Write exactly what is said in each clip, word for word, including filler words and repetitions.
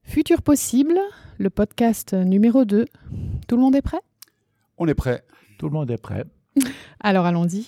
Futur possible, le podcast numéro deux. Tout le monde est prêt ? On est prêt. Tout le monde est prêt. Alors allons-y.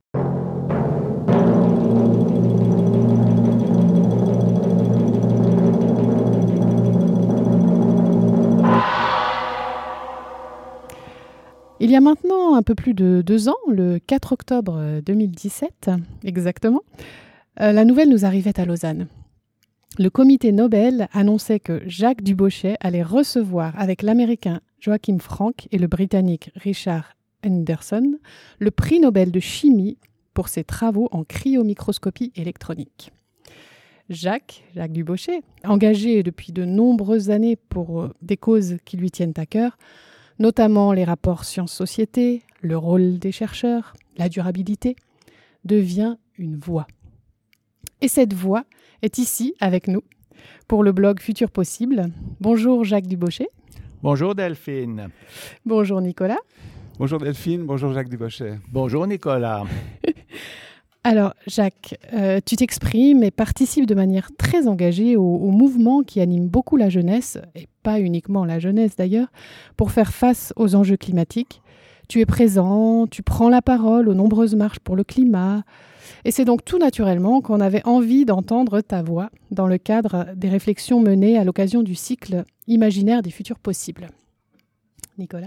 Il y a maintenant un peu plus de deux ans, le quatre octobre deux mille dix-sept exactement, euh, la nouvelle nous arrivait à Lausanne. Le comité Nobel annonçait que Jacques Dubochet allait recevoir avec l'Américain Joachim Frank et le Britannique Richard Henderson le prix Nobel de chimie pour ses travaux en cryomicroscopie électronique. Jacques, Jacques Dubochet, engagé depuis de nombreuses années pour des causes qui lui tiennent à cœur, notamment les rapports sciences-société, le rôle des chercheurs, la durabilité, devient une voix. Et cette voix est ici avec nous pour le blog Futur Possible. Bonjour Jacques Dubochet. Bonjour Delphine. Bonjour Nicolas. Bonjour Delphine, bonjour Jacques Dubochet. Bonjour Nicolas. Alors Jacques, euh, tu t'exprimes et participes de manière très engagée au, au mouvement qui anime beaucoup la jeunesse, et pas uniquement la jeunesse d'ailleurs, pour faire face aux enjeux climatiques. Tu es présent, tu prends la parole aux nombreuses marches pour le climat, et c'est donc tout naturellement qu'on avait envie d'entendre ta voix dans le cadre des réflexions menées à l'occasion du cycle Imaginaire des futurs possibles. Nicolas ?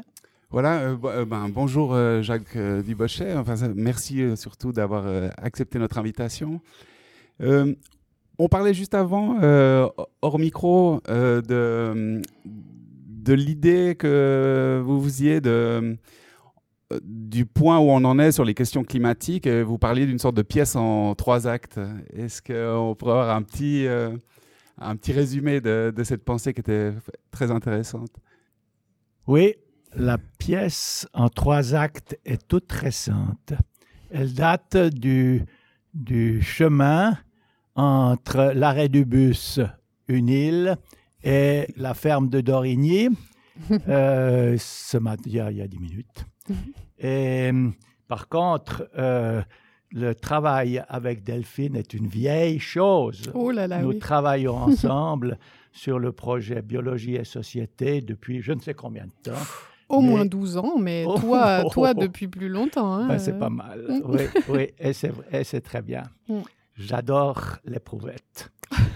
Voilà, euh, euh, ben, bonjour euh, Jacques euh, Dubochet. Enfin, ça, merci euh, surtout d'avoir euh, accepté notre invitation. Euh, on parlait juste avant, euh, hors micro, euh, de, de l'idée que vous faisiez de, euh, du point où on en est sur les questions climatiques. Vous parliez d'une sorte de pièce en trois actes. Est-ce qu'on pourrait avoir un petit, euh, un petit résumé de, de cette pensée qui était très intéressante ? Oui. La pièce en trois actes est toute récente. Elle date du, du chemin entre l'arrêt du bus, une île, et la ferme de Dorigny, euh, ce matin, il y a, il y a dix minutes. Et par contre, euh, le travail avec Delphine est une vieille chose. Oh là là, Nous oui. travaillons ensemble sur le projet Biologie et Société depuis je ne sais combien de temps. Au mais... moins douze ans, mais oh, toi, oh, toi oh, depuis plus longtemps. Hein, ben, euh... c'est pas mal, oui, oui, et c'est, et c'est très bien. Mm. J'adore l'éprouvettes.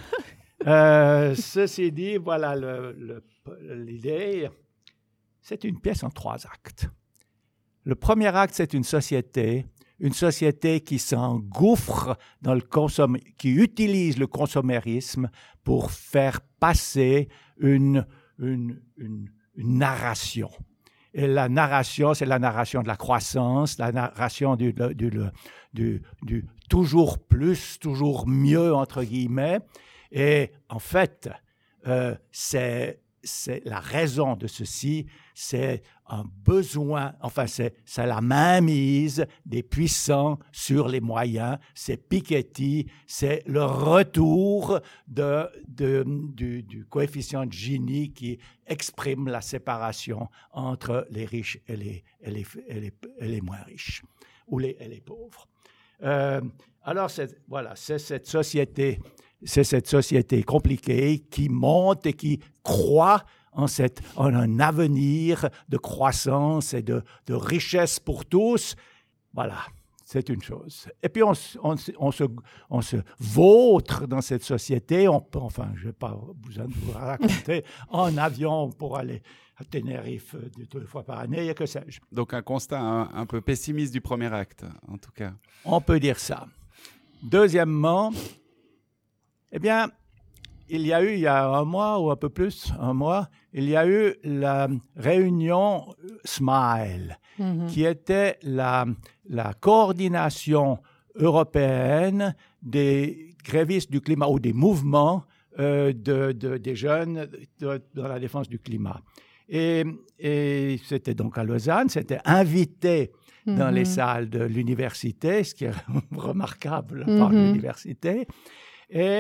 euh, ceci dit, voilà le, le, l'idée. C'est une pièce en trois actes. Le premier acte, c'est une société, une société qui s'engouffre dans le consomm... qui utilise le consommérisme pour faire passer une, une, une, une narration. Et la narration, c'est la narration de la croissance, la narration du, du, du, du, du toujours plus, toujours mieux, entre guillemets. Et en fait, euh, c'est, c'est la raison de ceci, c'est un besoin, enfin, c'est, c'est la mainmise des puissants sur les moyens, c'est Piketty, c'est le retour de, de, du, du coefficient de Gini qui exprime la séparation entre les riches et les, et les, et les, et les moins riches, ou les, et les pauvres. Euh, alors, c'est, voilà, c'est cette société, c'est cette société compliquée qui monte et qui croit en, cette, en un avenir de croissance et de, de richesse pour tous. Voilà, c'est une chose. Et puis, on, on, on, se, on se vautre dans cette société. On peut, enfin, je n'ai pas besoin de vous raconter, en avion pour aller à Tenerife deux fois par année, et que sais-je. Donc, un constat un, un peu pessimiste du premier acte, en tout cas. On peut dire ça. Deuxièmement, eh bien, il y a eu, il y a un mois ou un peu plus, un mois, il y a eu la réunion SMILE, mm-hmm. qui était la, la coordination européenne des grévistes du climat ou des mouvements euh, de, de, des jeunes de, dans la défense du climat. Et, et c'était donc à Lausanne, c'était invité mm-hmm. dans les salles de l'université, ce qui est remarquable mm-hmm. par l'université. Et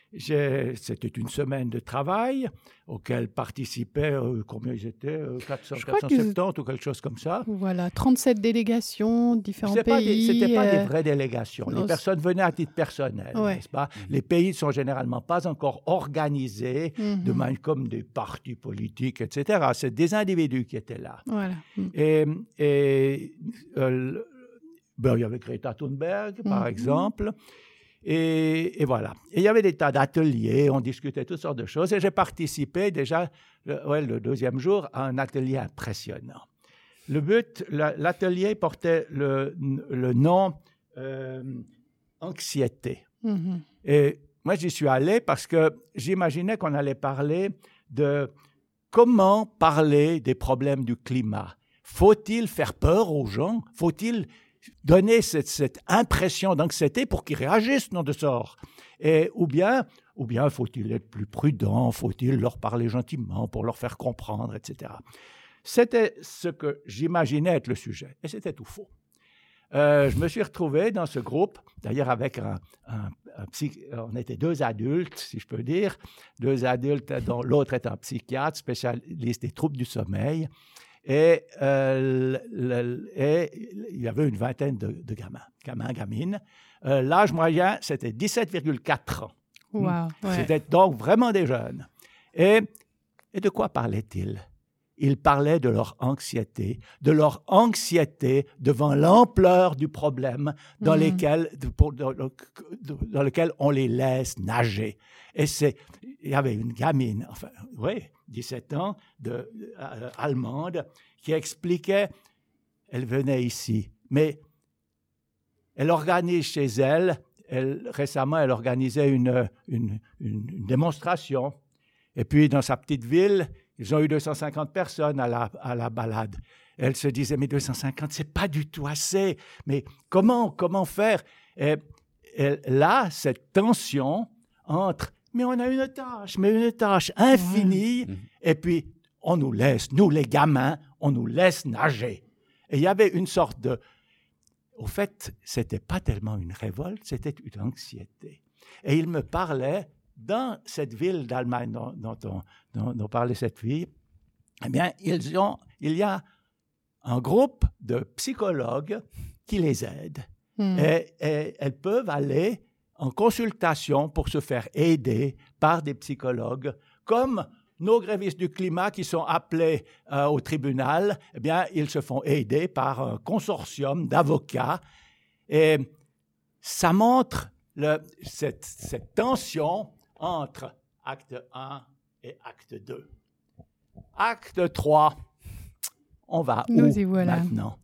j'ai, c'était une semaine de travail auquel participaient, euh, combien ils étaient, euh, quatre cents, quatre cent soixante-dix ou quelque chose comme ça. Voilà, trente-sept délégations, différents C'était pays. Ce n'était pas euh... des vraies délégations. Non, les personnes venaient à titre personnel, ouais. n'est-ce pas? Les pays ne sont généralement pas encore organisés mm-hmm. de même comme des partis politiques, et cetera. C'est des individus qui étaient là. Voilà. Mm. Et, et euh, ben, il y avait Greta Thunberg, par mm-hmm. exemple. Et, et voilà. Et il y avait des tas d'ateliers, on discutait toutes sortes de choses. Et j'ai participé déjà, le, ouais, le deuxième jour, à un atelier impressionnant. Le but, la, l'atelier portait le, le nom euh, Anxiété. Mm-hmm. Et moi, j'y suis allé parce que j'imaginais qu'on allait parler de comment parler des problèmes du climat. Faut-il faire peur aux gens? Faut-il donner cette, cette impression d'anxiété pour qu'ils réagissent, non de sort. Et, ou bien, ou bien faut-il être plus prudent, faut-il leur parler gentiment pour leur faire comprendre, et cetera. C'était ce que j'imaginais être le sujet, et c'était tout faux. Euh, je me suis retrouvé dans ce groupe, d'ailleurs avec un, un, un psy, on était deux adultes, si je peux dire, deux adultes dont l'autre est un psychiatre, spécialiste des troubles du sommeil. Et, euh, le, et il y avait une vingtaine de, de gamins, gamins, gamines. Euh, l'âge moyen, c'était dix-sept virgule quatre ans. Wow, ouais. C'était donc vraiment des jeunes. Et, et de quoi parlaient-ils? Ils parlaient de leur anxiété, de leur anxiété devant l'ampleur du problème dans, mmh. lesquels, pour, dans, dans lequel on les laisse nager. Et c'est, il y avait une gamine, enfin, oui, dix-sept ans, de, euh, allemande, qui expliquait, elle venait ici, mais elle organise chez elle, elle récemment, elle organisait une, une, une, une démonstration, et puis dans sa petite ville, ils ont eu deux cent cinquante personnes à la, à la balade. Elle se disait, mais deux cent cinquante, c'est pas du tout assez, mais comment, comment faire? Et, et là, cette tension entre mais on a une tâche, mais une tâche infinie, mmh. et puis on nous laisse, nous les gamins, on nous laisse nager. Et il y avait une sorte de... Au fait, ce n'était pas tellement une révolte, c'était une anxiété. Et il me parlait, dans cette ville d'Allemagne dont, dont, on, dont, dont parlait cette fille, eh bien, ils ont, il y a un groupe de psychologues qui les aident. Mmh. Et, et elles peuvent aller en consultation pour se faire aider par des psychologues, comme nos grévistes du climat qui sont appelés euh, au tribunal, eh bien, ils se font aider par un consortium d'avocats. Et ça montre le, cette, cette tension entre acte un et acte deux. Acte trois, on va Nous où y voilà. maintenant?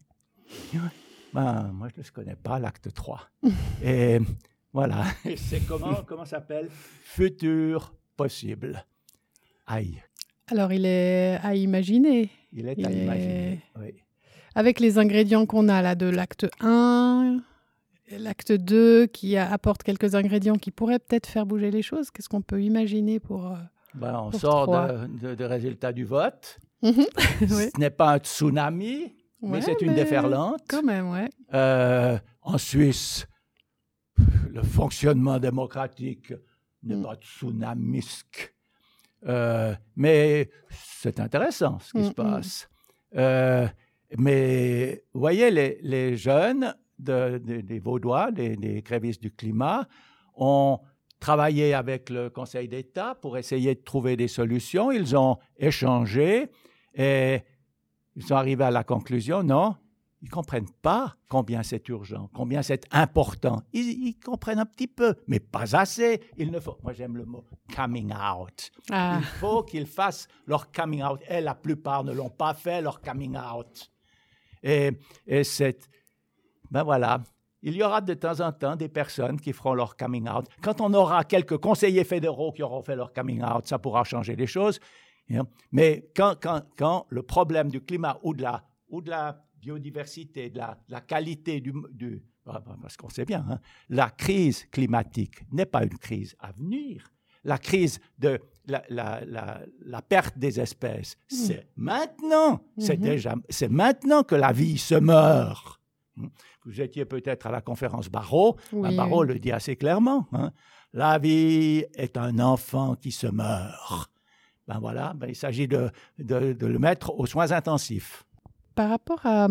Ben, moi, je ne connais pas, l'acte trois. Et... Voilà, c'est comment, comment ça s'appelle? Futur possible. Aïe. Alors, il est à imaginer. Il est il à est... imaginer, oui. Avec les ingrédients qu'on a là de l'acte un, l'acte deux, qui apporte quelques ingrédients qui pourraient peut-être faire bouger les choses, qu'est-ce qu'on peut imaginer pour euh, ben, On pour sort de, de, de résultats du vote. oui. Ce n'est pas un tsunami, ouais, mais c'est une mais déferlante. Quand même, ouais. Euh, en Suisse... Le fonctionnement démocratique n'est mmh. pas tsunamisque. Euh, mais c'est intéressant ce qui mmh, se passe. Mmh. Euh, mais vous voyez, les, les jeunes de, de, des Vaudois, des, des grévistes du climat, ont travaillé avec le Conseil d'État pour essayer de trouver des solutions. Ils ont échangé et ils sont arrivés à la conclusion, non, ils ne comprennent pas combien c'est urgent, combien c'est important. Ils, ils comprennent un petit peu, mais pas assez. Il ne faut, moi, j'aime le mot « coming out ah. ». Il faut qu'ils fassent leur coming out. Et la plupart ne l'ont pas fait, leur coming out. Et, et c'est... Ben voilà, il y aura de temps en temps des personnes qui feront leur coming out. Quand on aura quelques conseillers fédéraux qui auront fait leur coming out, ça pourra changer les choses. Mais quand, quand, quand le problème du climat ou de la... Ou de la biodiversité, de la, de la qualité du, du... Parce qu'on sait bien, hein, la crise climatique n'est pas une crise à venir. La crise de la, la, la, la perte des espèces, mmh. c'est maintenant. Mmh. C'est déjà, c'est maintenant que la vie se meurt. Vous étiez peut-être à la conférence Barrault. Oui, Barrault oui. le dit assez clairement. Hein. La vie est un enfant qui se meurt. Ben voilà, ben il s'agit de, de, de le mettre aux soins intensifs. Par rapport à,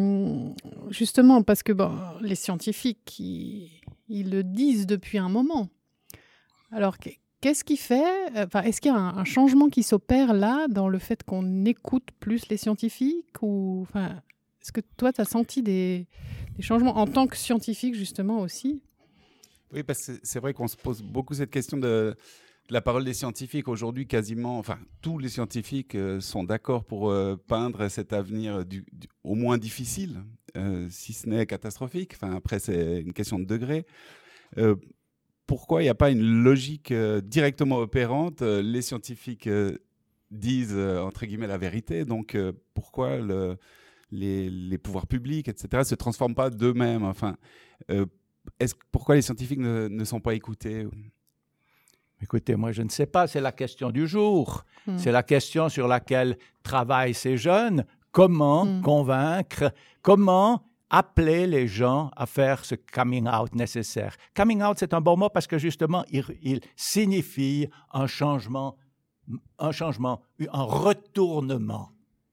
justement, parce que bon, les scientifiques, ils, ils le disent depuis un moment. Alors, qu'est-ce qui fait, enfin, est-ce qu'il y a un, un changement qui s'opère là, dans le fait qu'on écoute plus les scientifiques ou, enfin, est-ce que toi, tu as senti des, des changements en tant que scientifique, justement, aussi? Oui, parce que c'est vrai qu'on se pose beaucoup cette question de... La parole des scientifiques, aujourd'hui, quasiment, enfin, tous les scientifiques euh, sont d'accord pour euh, peindre cet avenir du, du, au moins difficile, euh, si ce n'est catastrophique. Enfin, après, c'est une question de degré. Euh, pourquoi il n'y a pas une logique euh, directement opérante? euh, Les scientifiques euh, disent, euh, entre guillemets, la vérité. Donc, euh, pourquoi le, les, les pouvoirs publics, et cetera, ne se transforment pas d'eux-mêmes? Enfin, euh, est-ce, pourquoi les scientifiques ne, ne sont pas écoutés? Écoutez, moi, je ne sais pas, c'est la question du jour. Mm. C'est la question sur laquelle travaillent ces jeunes. Comment mm. convaincre, comment appeler les gens à faire ce coming out nécessaire. Coming out, c'est un bon mot parce que justement, il, il signifie un changement, un changement, un retournement.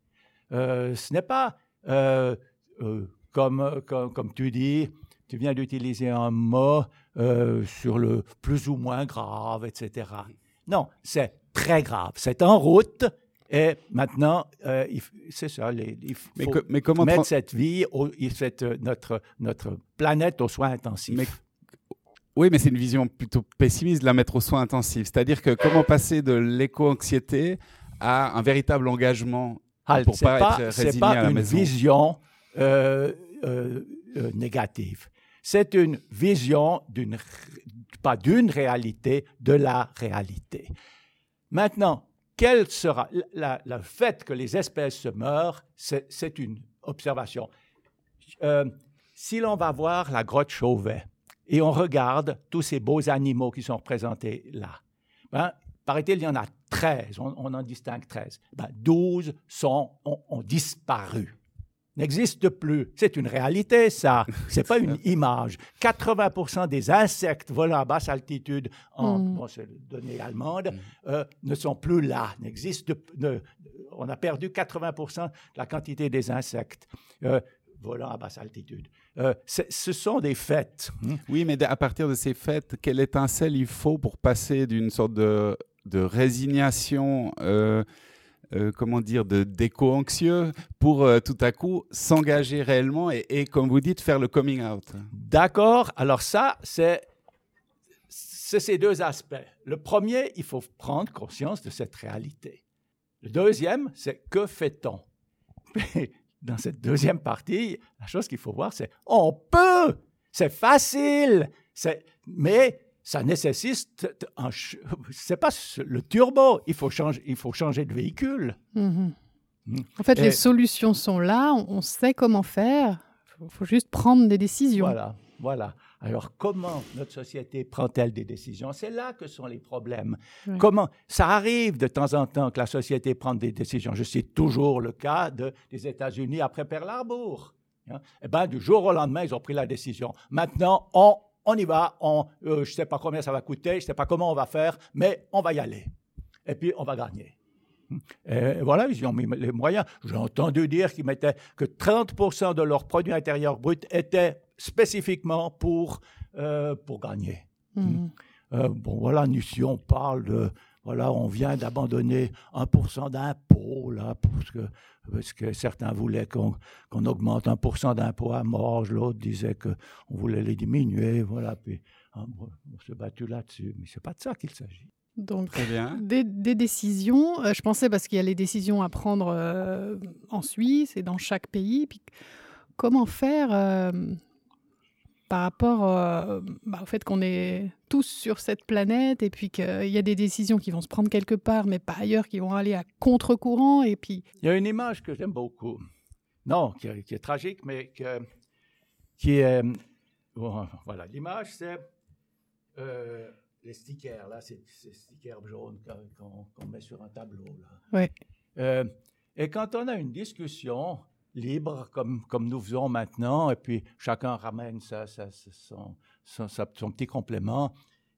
Euh, ce n'est pas, euh, euh, comme, comme, comme tu dis, tu viens d'utiliser un mot euh, sur le plus ou moins grave, et cetera. Non, c'est très grave. C'est en route et maintenant, euh, il, c'est ça, les, il faut mais que, mais comment mettre tra- cette vie, au, cette, notre, notre planète aux soins intensifs. Mais, oui, mais c'est une vision plutôt pessimiste de la mettre aux soins intensifs. C'est-à-dire que comment passer de l'éco-anxiété à un véritable engagement Halt, pour c'est pas, pas être résigné c'est pas à la une maison. vision euh, euh, euh, négative. C'est une vision, d'une, pas d'une réalité, de la réalité. Maintenant, quel sera la, la, le fait que les espèces se meurent, c'est, c'est une observation. Euh, si l'on va voir la grotte Chauvet et on regarde tous ces beaux animaux qui sont représentés là, ben, paraît-il, il y en a treize, on, on en distingue treize. Ben, douze sont, ont, ont disparu. N'existe plus. C'est une réalité, ça. C'est pas une image. quatre-vingts pour cent des insectes volant à basse altitude, en mm. bon, c'est données allemandes, mm. euh, ne sont plus là. N'existe, ne, on a perdu quatre-vingts pour cent de la quantité des insectes euh, volant à basse altitude. Euh, ce sont des faits. Mm. Oui, mais à partir de ces faits, quelle étincelle il faut pour passer d'une sorte de, de résignation euh, Euh, comment dire, de, d'éco-anxieux pour euh, tout à coup s'engager réellement et, et, comme vous dites, faire le coming out. D'accord. Alors ça, c'est, c'est ces deux aspects. Le premier, il faut prendre conscience de cette réalité. Le deuxième, c'est que fait-on? Dans cette deuxième partie, la chose qu'il faut voir, c'est on peut, c'est facile, c'est, mais ça nécessite, un, c'est pas le turbo, il faut changer, il faut changer de véhicule. Mmh. Mmh. En fait, Et, les solutions sont là, on sait comment faire, il faut juste prendre des décisions. Voilà, voilà. Alors, comment notre société prend-elle des décisions? C'est là que sont les problèmes. Oui. Comment ça arrive de temps en temps que la société prenne des décisions. Je cite toujours le cas de, des États-Unis après Pearl Harbor. Hein? Eh bien, du jour au lendemain, ils ont pris la décision. Maintenant, on On y va, on, euh, je ne sais pas combien ça va coûter, je ne sais pas comment on va faire, mais on va y aller. Et puis, on va gagner. Et voilà, ils y ont mis les moyens. J'ai entendu dire qu'ils mettaient que trente pour cent de leur produit intérieur brut était spécifiquement pour, euh, pour gagner. Mm-hmm. Euh, bon, voilà, nous, si on parle de... Voilà, on vient d'abandonner un pour cent d'impôt, là, parce que, parce que certains voulaient qu'on, qu'on augmente un pour cent d'impôt à Morges, l'autre disait qu'on voulait les diminuer, voilà, puis hein, on s'est battu là-dessus, mais c'est pas de ça qu'il s'agit. Donc, Très bien. Des, des décisions, euh, je pensais parce qu'il y a les décisions à prendre euh, en Suisse et dans chaque pays, puis comment faire euh, par rapport euh, bah, au fait qu'on est tous sur cette planète et puis qu'il y a des décisions qui vont se prendre quelque part, mais pas ailleurs, qui vont aller à contre-courant. Et puis... Il y a une image que j'aime beaucoup. Non, qui est, qui est tragique, mais que, qui est... Bon, voilà, l'image, c'est euh, les stickers, là, c'est ces stickers jaunes qu'on, qu'on met sur un tableau. Là. Oui. Euh, et quand on a une discussion... libre, comme, comme nous faisons maintenant, et puis chacun ramène sa, sa, son, son, sa, son petit complément.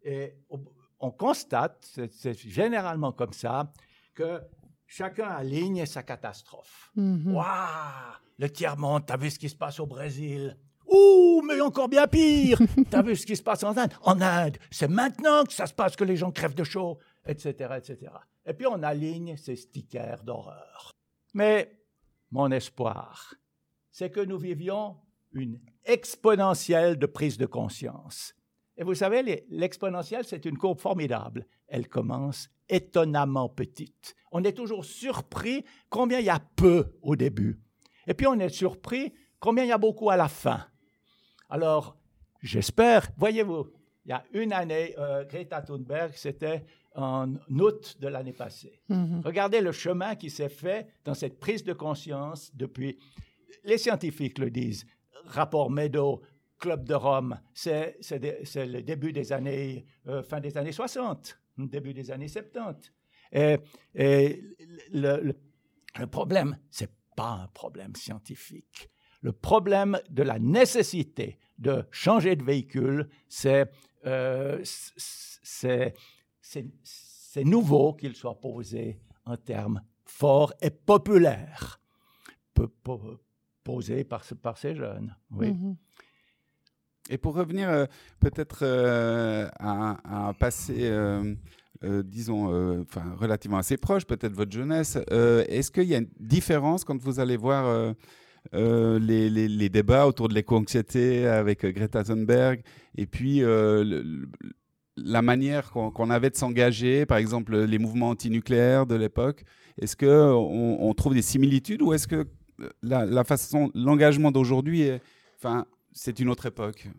Et on constate, c'est, c'est généralement comme ça, que chacun aligne sa catastrophe. Mm-hmm. Waouh, le tiers-monde, t'as vu ce qui se passe au Brésil? Ouh, mais encore bien pire! T'as vu ce qui se passe en Inde? En Inde, c'est maintenant que ça se passe que les gens crèvent de chaud, et cetera, et cetera. Et puis on aligne ces stickers d'horreur. Mais mon espoir, c'est que nous vivions une exponentielle de prise de conscience. Et vous savez, les, l'exponentielle, c'est une courbe formidable. Elle commence étonnamment petite. On est toujours surpris combien il y a peu au début. Et puis on est surpris combien il y a beaucoup à la fin. Alors, j'espère, voyez-vous, il y a une année, euh, Greta Thunberg, c'était en août de l'année passée. Mm-hmm. Regardez le chemin qui s'est fait dans cette prise de conscience depuis, les scientifiques le disent, rapport Meadow, Club de Rome, c'est, c'est, de, c'est le début des années, euh, fin des années soixante, début des années soixante-dix. Et, et le, le, le problème, c'est pas un problème scientifique. Le problème de la nécessité de changer de véhicule, c'est, euh, c'est, c'est, c'est nouveau qu'il soit posé en termes forts et populaires, P- p- posé par, par ces jeunes. Oui. Mm-hmm. Et pour revenir euh, peut-être euh, à, à un passé, euh, euh, disons, euh, enfin, relativement assez proche, peut-être votre jeunesse, euh, est-ce qu'il y a une différence quand vous allez voir euh, euh, les, les, les débats autour de l'éco-anxiété avec euh, Greta Thunberg et puis euh, le, la manière qu'on, qu'on avait de s'engager, par exemple les mouvements antinucléaires de l'époque, est-ce qu'on on trouve des similitudes ou est-ce que la, la façon, l'engagement d'aujourd'hui est, enfin, c'est une autre époque.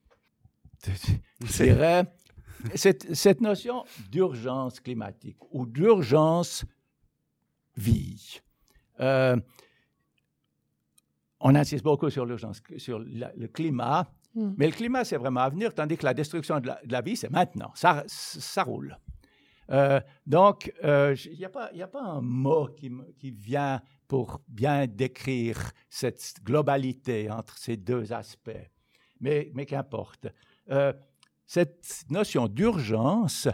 Je dirais, cette, cette notion d'urgence climatique ou d'urgence vie, euh, on insiste beaucoup sur l'urgence, sur la, le climat, mm. mais le climat, c'est vraiment à venir, tandis que la destruction de la, de la vie, c'est maintenant. Ça, ça roule. Euh, donc, il euh, n'y a, a pas un mot qui, qui vient pour bien décrire cette globalité entre ces deux aspects. Mais, mais qu'importe. Euh, cette notion d'urgence,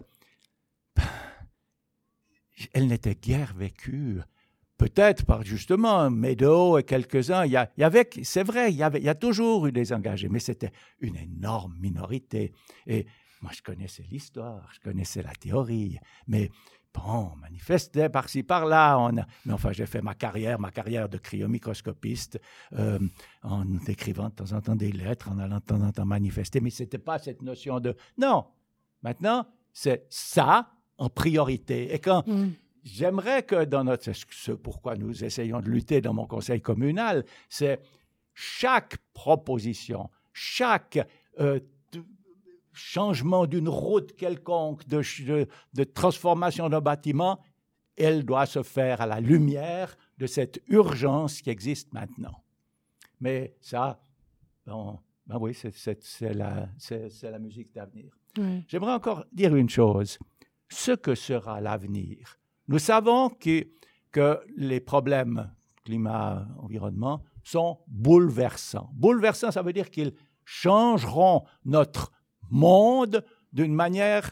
elle n'était guère vécue. Peut-être par justement Meadow et quelques-uns. Il y, a, il y avait, c'est vrai, il y, avait, il y a toujours eu des engagés, mais c'était une énorme minorité. Et moi, je connaissais l'histoire, je connaissais la théorie, mais bon, on manifestait par-ci, par-là. On a, mais enfin, j'ai fait ma carrière, ma carrière de cryomicroscopiste, euh, en écrivant de temps en temps des lettres, en allant de temps en temps manifester, mais ce n'était pas cette notion de... Non, maintenant, c'est ça en priorité. Et quand... Mm. J'aimerais que dans notre... Ce pourquoi nous essayons de lutter dans mon conseil communal, c'est chaque proposition, chaque... Euh, changement d'une route quelconque, de, de, de transformation d'un bâtiment, elle doit se faire à la lumière de cette urgence qui existe maintenant. Mais ça, bon, ben oui, c'est, c'est, c'est, la, c'est, c'est la musique d'avenir. Oui. J'aimerais encore dire une chose. Ce que sera l'avenir. Nous savons que, que les problèmes climat-environnement sont bouleversants. Bouleversants, ça veut dire qu'ils changeront notre monde d'une manière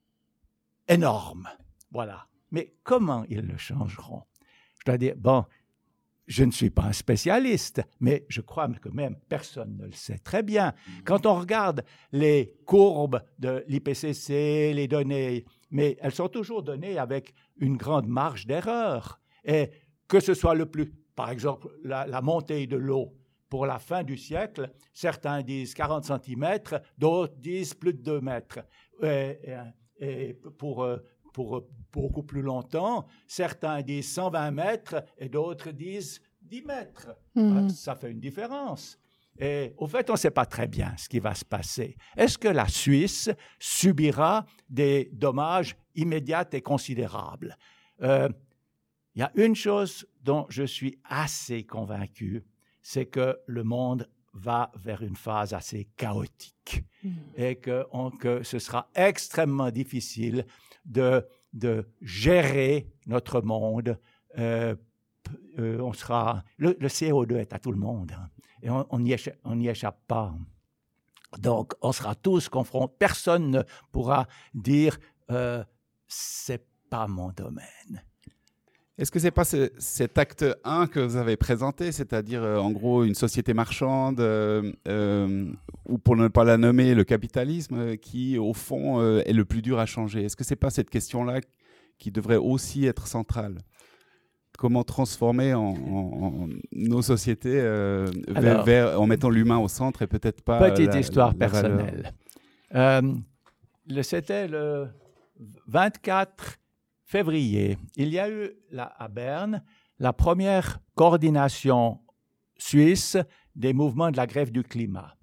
énorme. Voilà. Mais comment ils le changeront? Je dois dire, bon, je ne suis pas un spécialiste, mais je crois que même personne ne le sait très bien. Quand on regarde les courbes de l'I P C C, les données, mais elles sont toujours données avec une grande marge d'erreur. Et que ce soit le plus, par exemple, la, la montée de l'eau, pour la fin du siècle, certains disent quarante centimètres, d'autres disent plus de deux mètres. Et, et, et pour, pour beaucoup plus longtemps, certains disent cent vingt mètres et d'autres disent dix mètres. Mmh. Ça fait une différence. Et au fait, on ne sait pas très bien ce qui va se passer. Est-ce que la Suisse subira des dommages immédiats et considérables? Euh, il y a une chose dont je suis assez convaincu, c'est que le monde va vers une phase assez chaotique mmh. et que, on, que ce sera extrêmement difficile de, de gérer notre monde. Euh, euh, on sera, le, le C O deux est à tout le monde hein, et on n'y échappe, on n'y échappe pas. Donc, on sera tous confrontés. Personne ne pourra dire euh, « c'est pas mon domaine ». Est-ce que ce n'est pas ce, cet acte un que vous avez présenté, c'est-à-dire euh, en gros une société marchande, euh, euh, ou pour ne pas la nommer, le capitalisme, euh, qui au fond euh, est le plus dur à changer? Est-ce que ce n'est pas cette question-là qui devrait aussi être centrale? Comment transformer en, en, en nos sociétés euh, Alors, vers, vers, en mettant l'humain au centre et peut-être pas petite la, histoire la, la personnelle. Euh, le, c'était le vingt-quatre février. Il y a eu là, à Berne la première coordination suisse des mouvements de la grève du climat.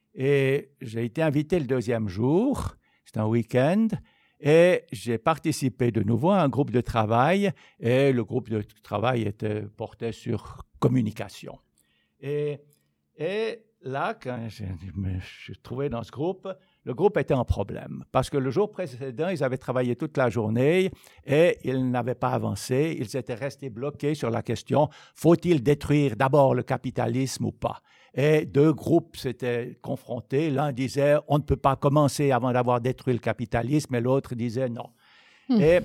Et j'ai été invité le deuxième jour, c'est un week-end, et j'ai participé de nouveau à un groupe de travail, et le groupe de travail était porté sur communication. Et, et là, quand je me suis trouvé dans ce groupe, le groupe était en problème parce que le jour précédent, ils avaient travaillé toute la journée et ils n'avaient pas avancé. Ils étaient restés bloqués sur la question « faut-il détruire d'abord le capitalisme ou pas ?» Et deux groupes s'étaient confrontés. L'un disait « on ne peut pas commencer avant d'avoir détruit le capitalisme » et l'autre disait « non ». Mmh. Et,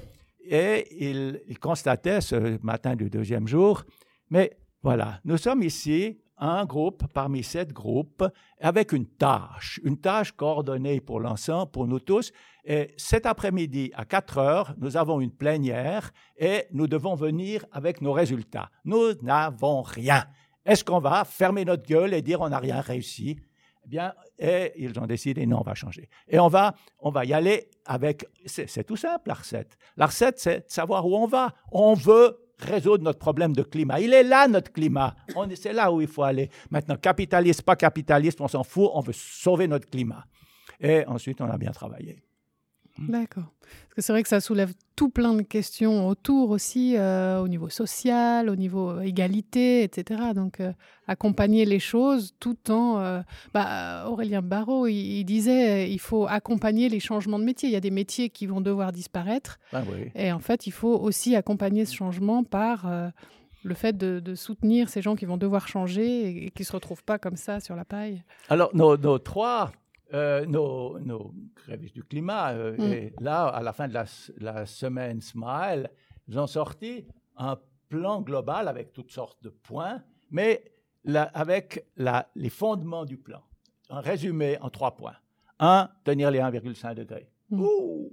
et ils, ils constataient ce matin du deuxième jour « mais voilà, nous sommes ici ». Un groupe parmi sept groupes avec une tâche, une tâche coordonnée pour l'ensemble, pour nous tous. Et cet après-midi, à quatre heures, nous avons une plénière et nous devons venir avec nos résultats. Nous n'avons rien. Est-ce qu'on va fermer notre gueule et dire on n'a rien réussi? Eh bien, et ils ont décidé non, on va changer. Et on va, on va y aller avec, c'est, c'est tout simple la recette. La recette, c'est de savoir où on va. On veut résoudre notre problème de climat. Il est là, notre climat. On, c'est là où il faut aller. Maintenant, capitaliste, pas capitaliste, on s'en fout, on veut sauver notre climat. Et ensuite, on a bien travaillé. D'accord. Parce que c'est vrai que ça soulève tout plein de questions autour aussi, euh, au niveau social, au niveau égalité, et cetera. Donc, euh, accompagner les choses tout en... Euh, bah, Aurélien Barraud, il, il disait il faut accompagner les changements de métier. Il y a des métiers qui vont devoir disparaître. Ben oui. Et en fait, il faut aussi accompagner ce changement par... Euh, le fait de, de soutenir ces gens qui vont devoir changer et, et qui ne se retrouvent pas comme ça sur la paille. Alors, nos, nos trois... Euh, nos, nos grévistes du climat, euh, mm. et là, à la fin de la, la semaine Smile, ils ont sorti un plan global avec toutes sortes de points, mais la, avec la, les fondements du plan. Un résumé en trois points. Un, tenir les un virgule cinq degrés. Mm. Ouh.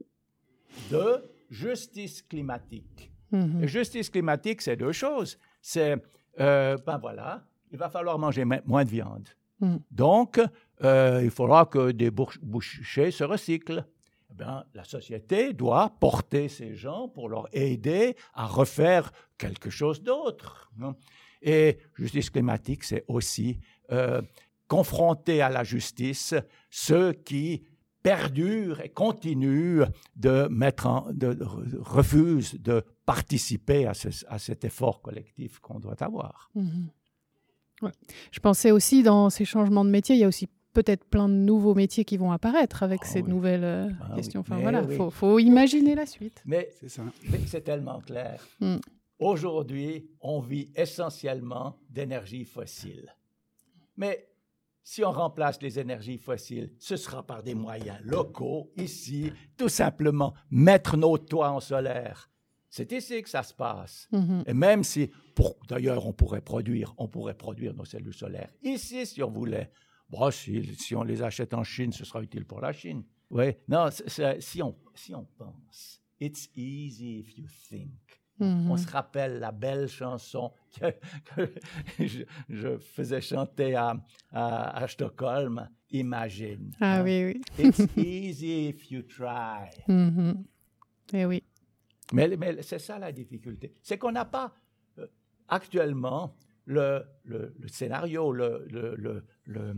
Deux, justice climatique. Mm-hmm. Et justice climatique, c'est deux choses. C'est, euh, ben voilà, il va falloir manger moins de viande. Mm. Donc, euh, il faudra que des bouchers se recyclent. Eh bien, la société doit porter ces gens pour leur aider à refaire quelque chose d'autre. Non? Et justice climatique, c'est aussi euh, confronter à la justice ceux qui perdurent et continuent de mettre en, de, de, refusent de participer à, ce, à cet effort collectif qu'on doit avoir. Mm-hmm. Ouais. Je pensais aussi, dans ces changements de métier, il y a aussi peut-être plein de nouveaux métiers qui vont apparaître avec oh, ces oui. nouvelles euh, ah, questions. Oui. Enfin, voilà, il oui. faut, faut imaginer la suite. Mais c'est, ça. Mais c'est tellement clair. Mm. Aujourd'hui, on vit essentiellement d'énergie fossile. Mais si on remplace les énergies fossiles, ce sera par des moyens locaux, ici, tout simplement mettre nos toits en solaire. C'est ici que ça se passe. Mm-hmm. Et même si, pour, d'ailleurs, on pourrait produire, on pourrait produire nos cellules solaires ici, si on voulait. Bon, si, si on les achète en Chine, ce sera utile pour la Chine. Oui, non, c'est, c'est, si, on, si on pense, it's easy if you think. Mm-hmm. On se rappelle la belle chanson que, que je, je faisais chanter à, à, à Stockholm, Imagine. Ah hein? oui, oui. It's easy if you try. Mm-hmm. Eh oui. Mais, mais c'est ça la difficulté. C'est qu'on n'a pas euh, actuellement le, le, le scénario, le, le, le, le,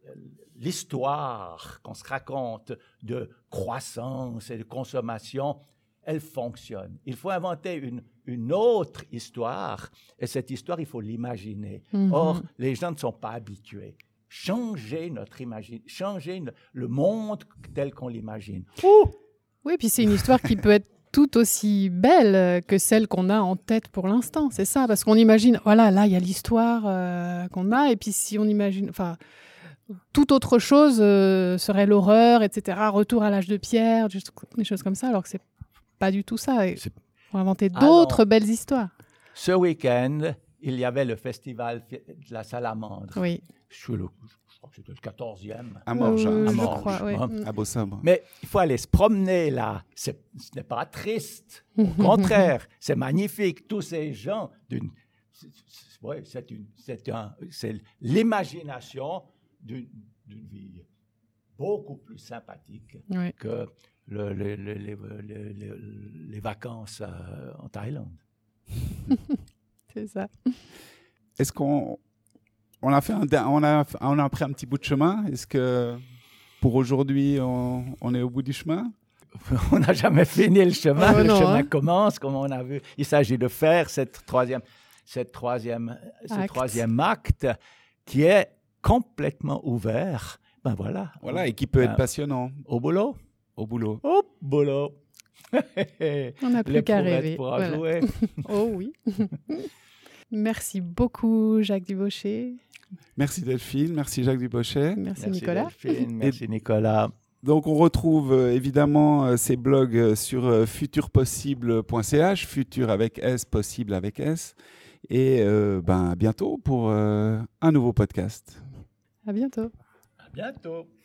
l'histoire qu'on se raconte de croissance et de consommation, elle fonctionne. Il faut inventer une, une autre histoire, et cette histoire, il faut l'imaginer. Mm-hmm. Or, les gens ne sont pas habitués. Changer notre imagine, changer le monde tel qu'on l'imagine. Ouh! Oui, puis c'est une histoire qui peut être tout aussi belle que celle qu'on a en tête pour l'instant, c'est ça, parce qu'on imagine, voilà, là, il y a l'histoire euh, qu'on a, et puis si on imagine, enfin, toute autre chose euh, serait l'horreur, et cetera. Retour à l'âge de pierre, juste des choses comme ça, alors que c'est pas du tout ça. Il faut inventer d'autres alors, belles histoires. Ce week-end, il y avait le festival de la Salamandre. Oui. Je, le, je crois que c'était le quatorzième. À Morges. Euh, à je Morges, crois, oui. hein. À Beausobre. Mais il faut aller se promener là. C'est, ce n'est pas triste. Au contraire, c'est magnifique. Tous ces gens, d'une, c'est, c'est, ouais, c'est, une, c'est, un, c'est l'imagination d'une, d'une vie beaucoup plus sympathique oui. que le, le, le, les, les, les, les vacances euh, en Thaïlande. C'est ça. Est-ce qu'on on a fait un, on a, on a pris un petit bout de chemin? Est-ce que pour aujourd'hui, on, on est au bout du chemin? On n'a jamais fini le chemin. Oh, le non, chemin hein. commence, comme on a vu. Il s'agit de faire cette troisième, cette troisième, ce acte. troisième acte qui est complètement ouvert. Ben voilà. Voilà, et qui peut ben, être passionnant. Au boulot. Au boulot. Au boulot. On n'a plus qu'à rêver. Voilà. Jouer. Oh oui. Merci beaucoup, Jacques Dubochet. Merci Delphine, merci Jacques Dubochet. Merci, merci Nicolas. Delphine, merci Nicolas. Donc on retrouve euh, évidemment euh, ces blogs euh, sur euh, futur possible point c h, futur avec S, possible avec S. Et euh, ben, à bientôt pour euh, un nouveau podcast. À bientôt. À bientôt.